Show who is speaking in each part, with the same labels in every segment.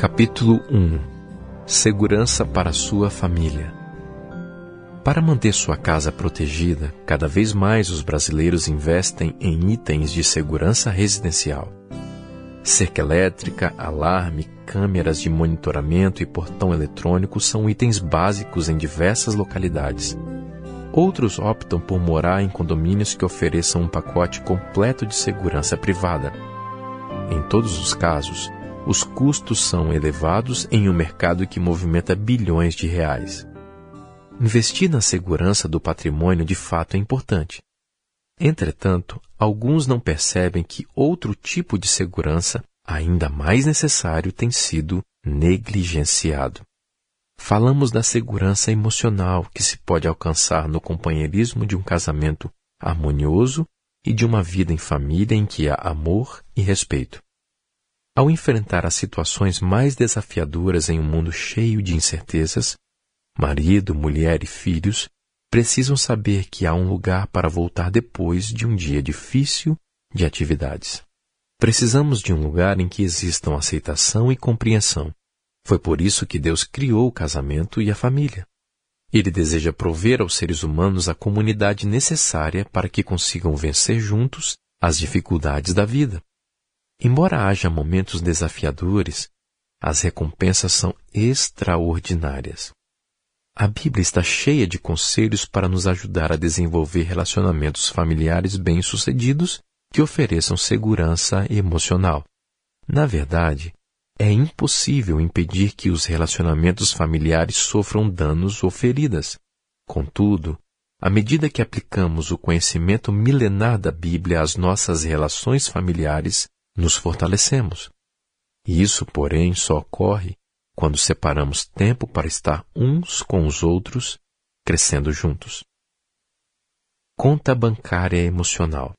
Speaker 1: Capítulo 1. Segurança para sua família. Para manter sua casa protegida, cada vez mais os brasileiros investem em itens de segurança residencial. Cerca elétrica, alarme, câmeras de monitoramento e portão eletrônico são itens básicos em diversas localidades. Outros optam por morar em condomínios que ofereçam um pacote completo de segurança privada. Em todos os casos, os custos são elevados em um mercado que movimenta bilhões de reais. Investir na segurança do patrimônio de fato é importante. Entretanto, alguns não percebem que outro tipo de segurança, ainda mais necessário, tem sido negligenciado. Falamos da segurança emocional que se pode alcançar no companheirismo de um casamento harmonioso e de uma vida em família em que há amor e respeito. Ao enfrentar as situações mais desafiadoras em um mundo cheio de incertezas, marido, mulher e filhos precisam saber que há um lugar para voltar depois de um dia difícil de atividades. Precisamos de um lugar em que existam aceitação e compreensão. Foi por isso que Deus criou o casamento e a família. Ele deseja prover aos seres humanos a comunidade necessária para que consigam vencer juntos as dificuldades da vida. Embora haja momentos desafiadores, as recompensas são extraordinárias. A Bíblia está cheia de conselhos para nos ajudar a desenvolver relacionamentos familiares bem-sucedidos que ofereçam segurança emocional. Na verdade, é impossível impedir que os relacionamentos familiares sofram danos ou feridas. Contudo, à medida que aplicamos o conhecimento milenar da Bíblia às nossas relações familiares, nos fortalecemos. Isso, porém, só ocorre quando separamos tempo para estar uns com os outros, crescendo juntos. Conta bancária emocional.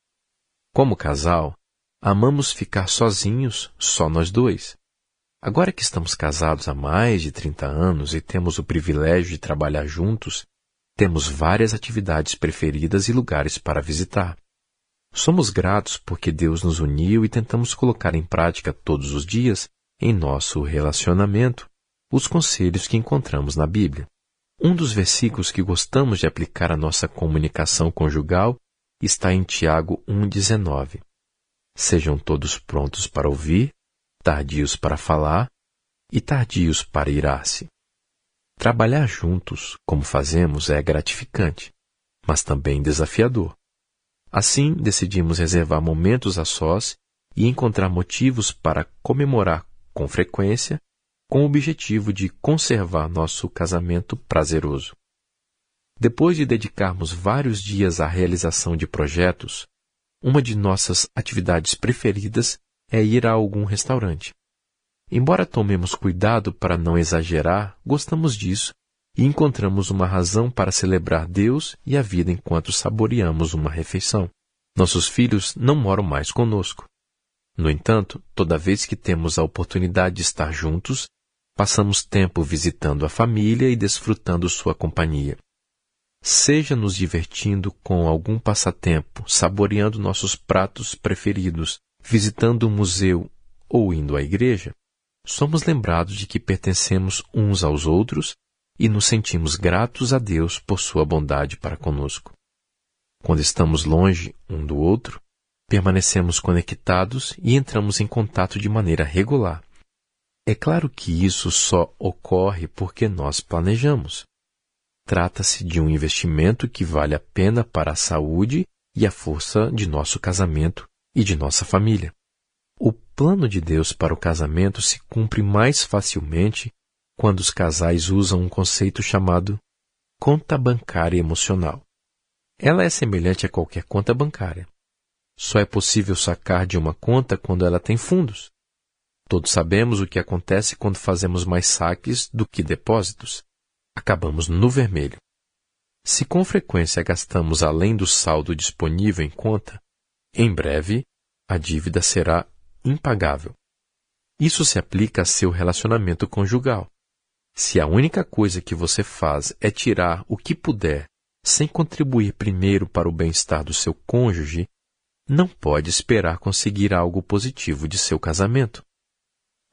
Speaker 1: Como casal, amamos ficar sozinhos, só nós dois. Agora que estamos casados há mais de 30 anos e temos o privilégio de trabalhar juntos, temos várias atividades preferidas e lugares para visitar. Somos gratos porque Deus nos uniu e tentamos colocar em prática todos os dias, em nosso relacionamento, os conselhos que encontramos na Bíblia. Um dos versículos que gostamos de aplicar à nossa comunicação conjugal está em Tiago 1,19. Sejam todos prontos para ouvir, tardios para falar e tardios para irar-se. Trabalhar juntos, como fazemos, é gratificante, mas também desafiador. Assim, decidimos reservar momentos a sós e encontrar motivos para comemorar com frequência, com o objetivo de conservar nosso casamento prazeroso. Depois de dedicarmos vários dias à realização de projetos, uma de nossas atividades preferidas é ir a algum restaurante. Embora tomemos cuidado para não exagerar, gostamos disso e encontramos uma razão para celebrar Deus e a vida enquanto saboreamos uma refeição. Nossos filhos não moram mais conosco. No entanto, toda vez que temos a oportunidade de estar juntos, passamos tempo visitando a família e desfrutando sua companhia. Seja nos divertindo com algum passatempo, saboreando nossos pratos preferidos, visitando um museu ou indo à igreja, somos lembrados de que pertencemos uns aos outros e nos sentimos gratos a Deus por sua bondade para conosco. Quando estamos longe um do outro, permanecemos conectados e entramos em contato de maneira regular. É claro que isso só ocorre porque nós planejamos. Trata-se de um investimento que vale a pena para a saúde e a força de nosso casamento e de nossa família. O plano de Deus para o casamento se cumpre mais facilmente quando os casais usam um conceito chamado conta bancária emocional. Ela é semelhante a qualquer conta bancária. Só é possível sacar de uma conta quando ela tem fundos. Todos sabemos o que acontece quando fazemos mais saques do que depósitos. Acabamos no vermelho. Se com frequência gastamos além do saldo disponível em conta, em breve a dívida será impagável. Isso se aplica a seu relacionamento conjugal. Se a única coisa que você faz é tirar o que puder, sem contribuir primeiro para o bem-estar do seu cônjuge, não pode esperar conseguir algo positivo de seu casamento.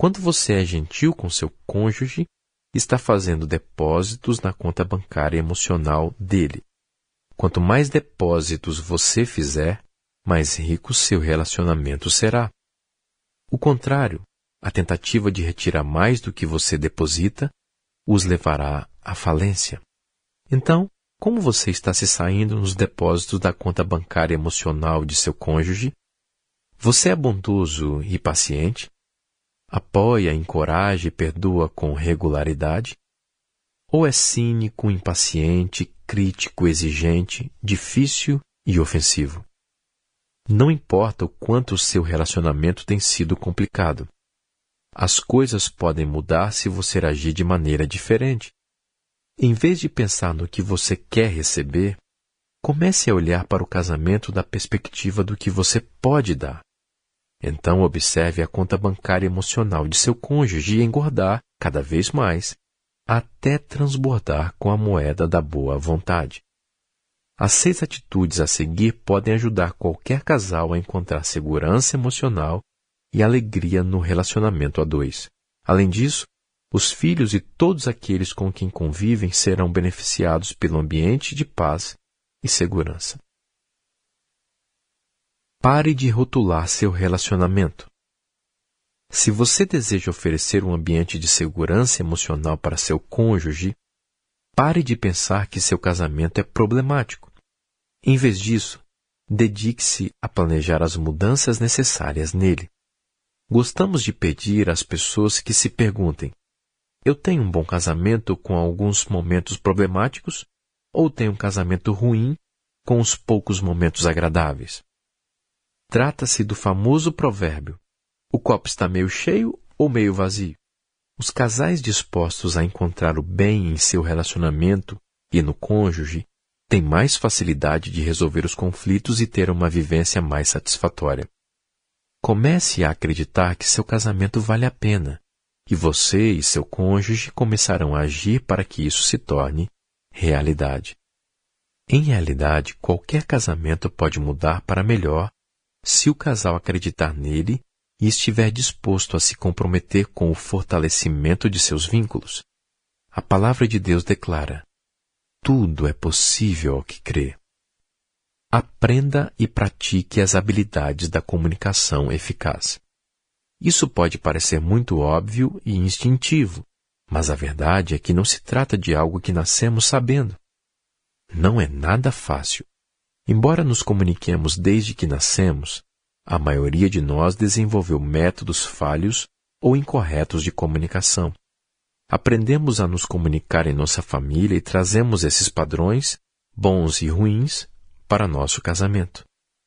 Speaker 1: Quando você é gentil com seu cônjuge, está fazendo depósitos na conta bancária emocional dele. Quanto mais depósitos você fizer, mais rico seu relacionamento será. O contrário, a tentativa de retirar mais do que você deposita, os levará à falência. Então, como você está se saindo nos depósitos da conta bancária emocional de seu cônjuge? Você é bondoso e paciente? Apoia, encoraja e perdoa com regularidade? Ou é cínico, impaciente, crítico, exigente, difícil e ofensivo? Não importa o quanto o seu relacionamento tem sido complicado. As coisas podem mudar se você agir de maneira diferente. Em vez de pensar no que você quer receber, comece a olhar para o casamento da perspectiva do que você pode dar. Então observe a conta bancária emocional de seu cônjuge e engordar cada vez mais, até transbordar com a moeda da boa vontade. As 6 atitudes a seguir podem ajudar qualquer casal a encontrar segurança emocional e alegria no relacionamento a dois. Além disso, os filhos e todos aqueles com quem convivem serão beneficiados pelo ambiente de paz e segurança. Pare de rotular seu relacionamento. Se você deseja oferecer um ambiente de segurança emocional para seu cônjuge, pare de pensar que seu casamento é problemático. Em vez disso, dedique-se a planejar as mudanças necessárias nele. Gostamos de pedir às pessoas que se perguntem: eu tenho um bom casamento com alguns momentos problemáticos ou tenho um casamento ruim com os poucos momentos agradáveis? Trata-se do famoso provérbio: o copo está meio cheio ou meio vazio? Os casais dispostos a encontrar o bem em seu relacionamento e no cônjuge têm mais facilidade de resolver os conflitos e ter uma vivência mais satisfatória. Comece a acreditar que seu casamento vale a pena, e você e seu cônjuge começarão a agir para que isso se torne realidade. Em realidade, qualquer casamento pode mudar para melhor se o casal acreditar nele e estiver disposto a se comprometer com o fortalecimento de seus vínculos. A palavra de Deus declara: tudo é possível ao que crê. Aprenda e pratique as habilidades da comunicação eficaz. Isso pode parecer muito óbvio e instintivo, mas a verdade é que não se trata de algo que nascemos sabendo. Não é nada fácil. Embora nos comuniquemos desde que nascemos, a maioria de nós desenvolveu métodos falhos ou incorretos de comunicação. Aprendemos a nos comunicar em nossa família e trazemos esses padrões, bons e ruins, para nosso casamento.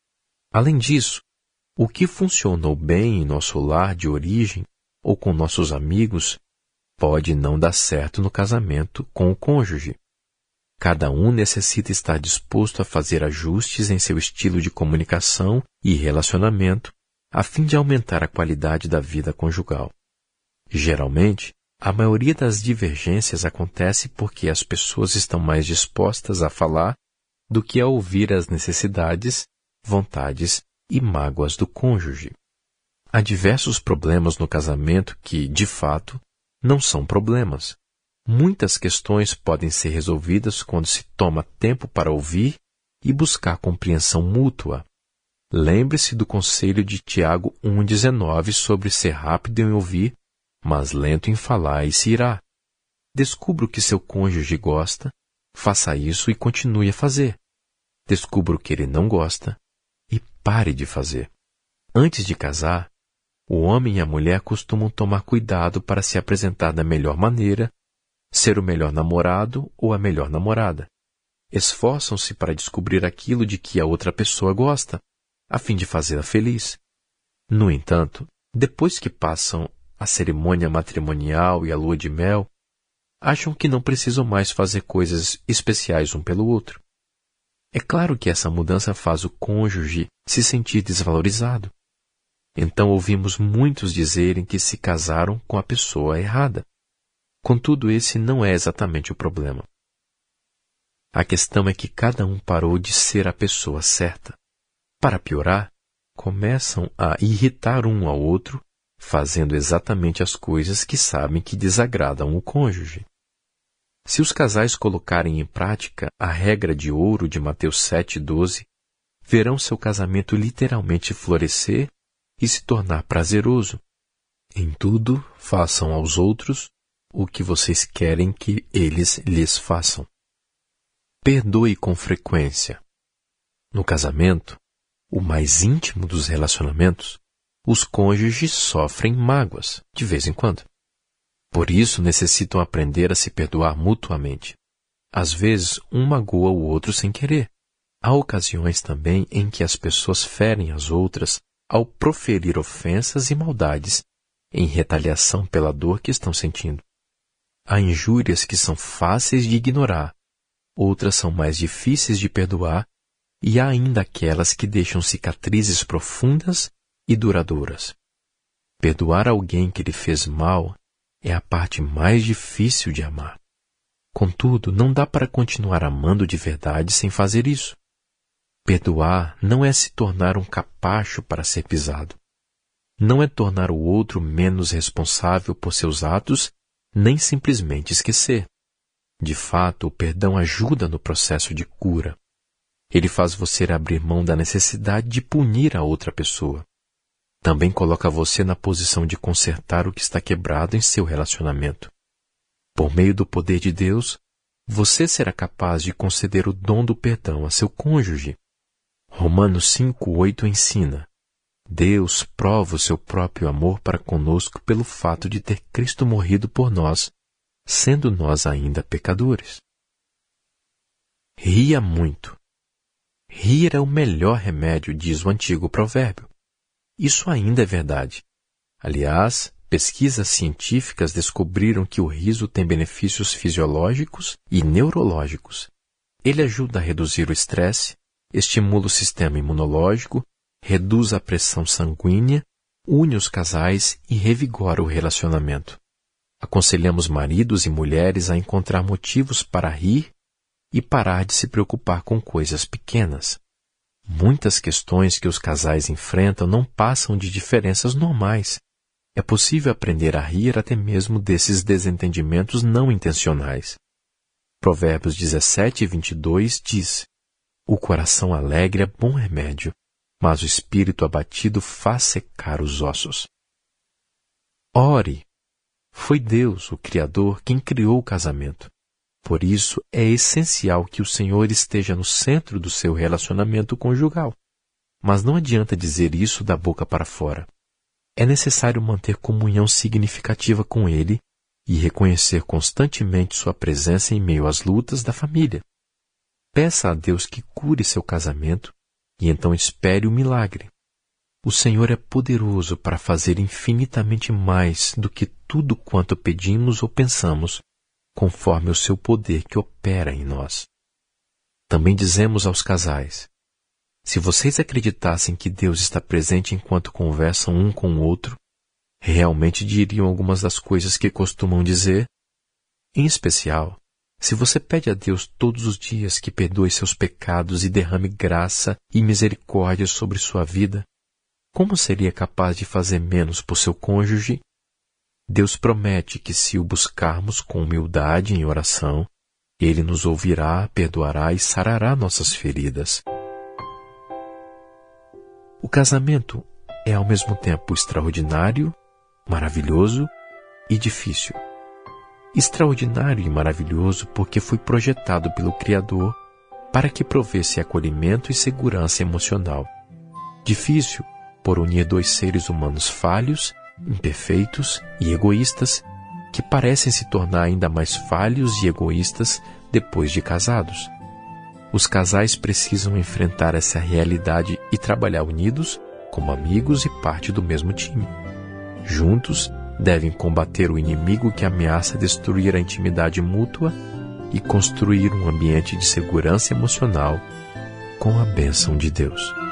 Speaker 1: Além disso, o que funcionou bem em nosso lar de origem ou com nossos amigos pode não dar certo no casamento com o cônjuge. Cada um necessita estar disposto a fazer ajustes em seu estilo de comunicação e relacionamento a fim de aumentar a qualidade da vida conjugal. Geralmente, a maioria das divergências acontece porque as pessoas estão mais dispostas a falar do que a ouvir as necessidades, vontades e mágoas do cônjuge. Há diversos problemas no casamento que, de fato, não são problemas. Muitas questões podem ser resolvidas quando se toma tempo para ouvir e buscar compreensão mútua. Lembre-se do conselho de Tiago 1,19 sobre ser rápido em ouvir, mas lento em falar e se irá. Descubra o que seu cônjuge gosta, faça isso e continue a fazer. Descubra o que ele não gosta e pare de fazer. Antes de casar, o homem e a mulher costumam tomar cuidado para se apresentar da melhor maneira, ser o melhor namorado ou a melhor namorada. Esforçam-se para descobrir aquilo de que a outra pessoa gosta, a fim de fazê-la feliz. No entanto, depois que passam a cerimônia matrimonial e a lua de mel, acham que não precisam mais fazer coisas especiais um pelo outro. É claro que essa mudança faz o cônjuge se sentir desvalorizado. Então ouvimos muitos dizerem que se casaram com a pessoa errada. Contudo, esse não é exatamente o problema. A questão é que cada um parou de ser a pessoa certa. Para piorar, começam a irritar um ao outro, fazendo exatamente as coisas que sabem que desagradam o cônjuge. Se os casais colocarem em prática a regra de ouro de Mateus 7,12, verão seu casamento literalmente florescer e se tornar prazeroso. Em tudo, façam aos outros o que vocês querem que eles lhes façam. Perdoe com frequência. No casamento, o mais íntimo dos relacionamentos, os cônjuges sofrem mágoas, de vez em quando. Por isso, necessitam aprender a se perdoar mutuamente. Às vezes, um magoa o outro sem querer. Há ocasiões também em que as pessoas ferem as outras ao proferir ofensas e maldades em retaliação pela dor que estão sentindo. Há injúrias que são fáceis de ignorar, outras são mais difíceis de perdoar, e há ainda aquelas que deixam cicatrizes profundas e duradouras. Perdoar alguém que lhe fez mal é a parte mais difícil de amar. Contudo, não dá para continuar amando de verdade sem fazer isso. Perdoar não é se tornar um capacho para ser pisado. Não é tornar o outro menos responsável por seus atos, nem simplesmente esquecer. De fato, o perdão ajuda no processo de cura. Ele faz você abrir mão da necessidade de punir a outra pessoa. Também coloca você na posição de consertar o que está quebrado em seu relacionamento. Por meio do poder de Deus, você será capaz de conceder o dom do perdão a seu cônjuge. Romanos 5,8 ensina: Deus prova o seu próprio amor para conosco pelo fato de ter Cristo morrido por nós, sendo nós ainda pecadores. Ria muito. Rir é o melhor remédio, diz o antigo provérbio. Isso ainda é verdade. Aliás, pesquisas científicas descobriram que o riso tem benefícios fisiológicos e neurológicos. Ele ajuda a reduzir o estresse, estimula o sistema imunológico, reduz a pressão sanguínea, une os casais e revigora o relacionamento. Aconselhamos maridos e mulheres a encontrar motivos para rir e parar de se preocupar com coisas pequenas. Muitas questões que os casais enfrentam não passam de diferenças normais. É possível aprender a rir até mesmo desses desentendimentos não intencionais. Provérbios 17:22 diz: O coração alegre é bom remédio, mas o espírito abatido faz secar os ossos. Ore. Foi Deus, o Criador, quem criou o casamento. Por isso, é essencial que o Senhor esteja no centro do seu relacionamento conjugal. Mas não adianta dizer isso da boca para fora. É necessário manter comunhão significativa com Ele e reconhecer constantemente sua presença em meio às lutas da família. Peça a Deus que cure seu casamento e então espere o milagre. O Senhor é poderoso para fazer infinitamente mais do que tudo quanto pedimos ou pensamos, conforme o seu poder que opera em nós. Também dizemos aos casais: se vocês acreditassem que Deus está presente enquanto conversam um com o outro, realmente diriam algumas das coisas que costumam dizer? Em especial, se você pede a Deus todos os dias que perdoe seus pecados e derrame graça e misericórdia sobre sua vida, como seria capaz de fazer menos por seu cônjuge? Deus promete que se o buscarmos com humildade em oração, Ele nos ouvirá, perdoará e sarará nossas feridas. O casamento é ao mesmo tempo extraordinário, maravilhoso e difícil. Extraordinário e maravilhoso porque foi projetado pelo Criador para que provesse acolhimento e segurança emocional. Difícil por unir dois seres humanos falhos, imperfeitos e egoístas que parecem se tornar ainda mais falhos e egoístas depois de casados. Os casais precisam enfrentar essa realidade e trabalhar unidos como amigos e parte do mesmo time. Juntos, devem combater o inimigo que ameaça destruir a intimidade mútua e construir um ambiente de segurança emocional com a bênção de Deus.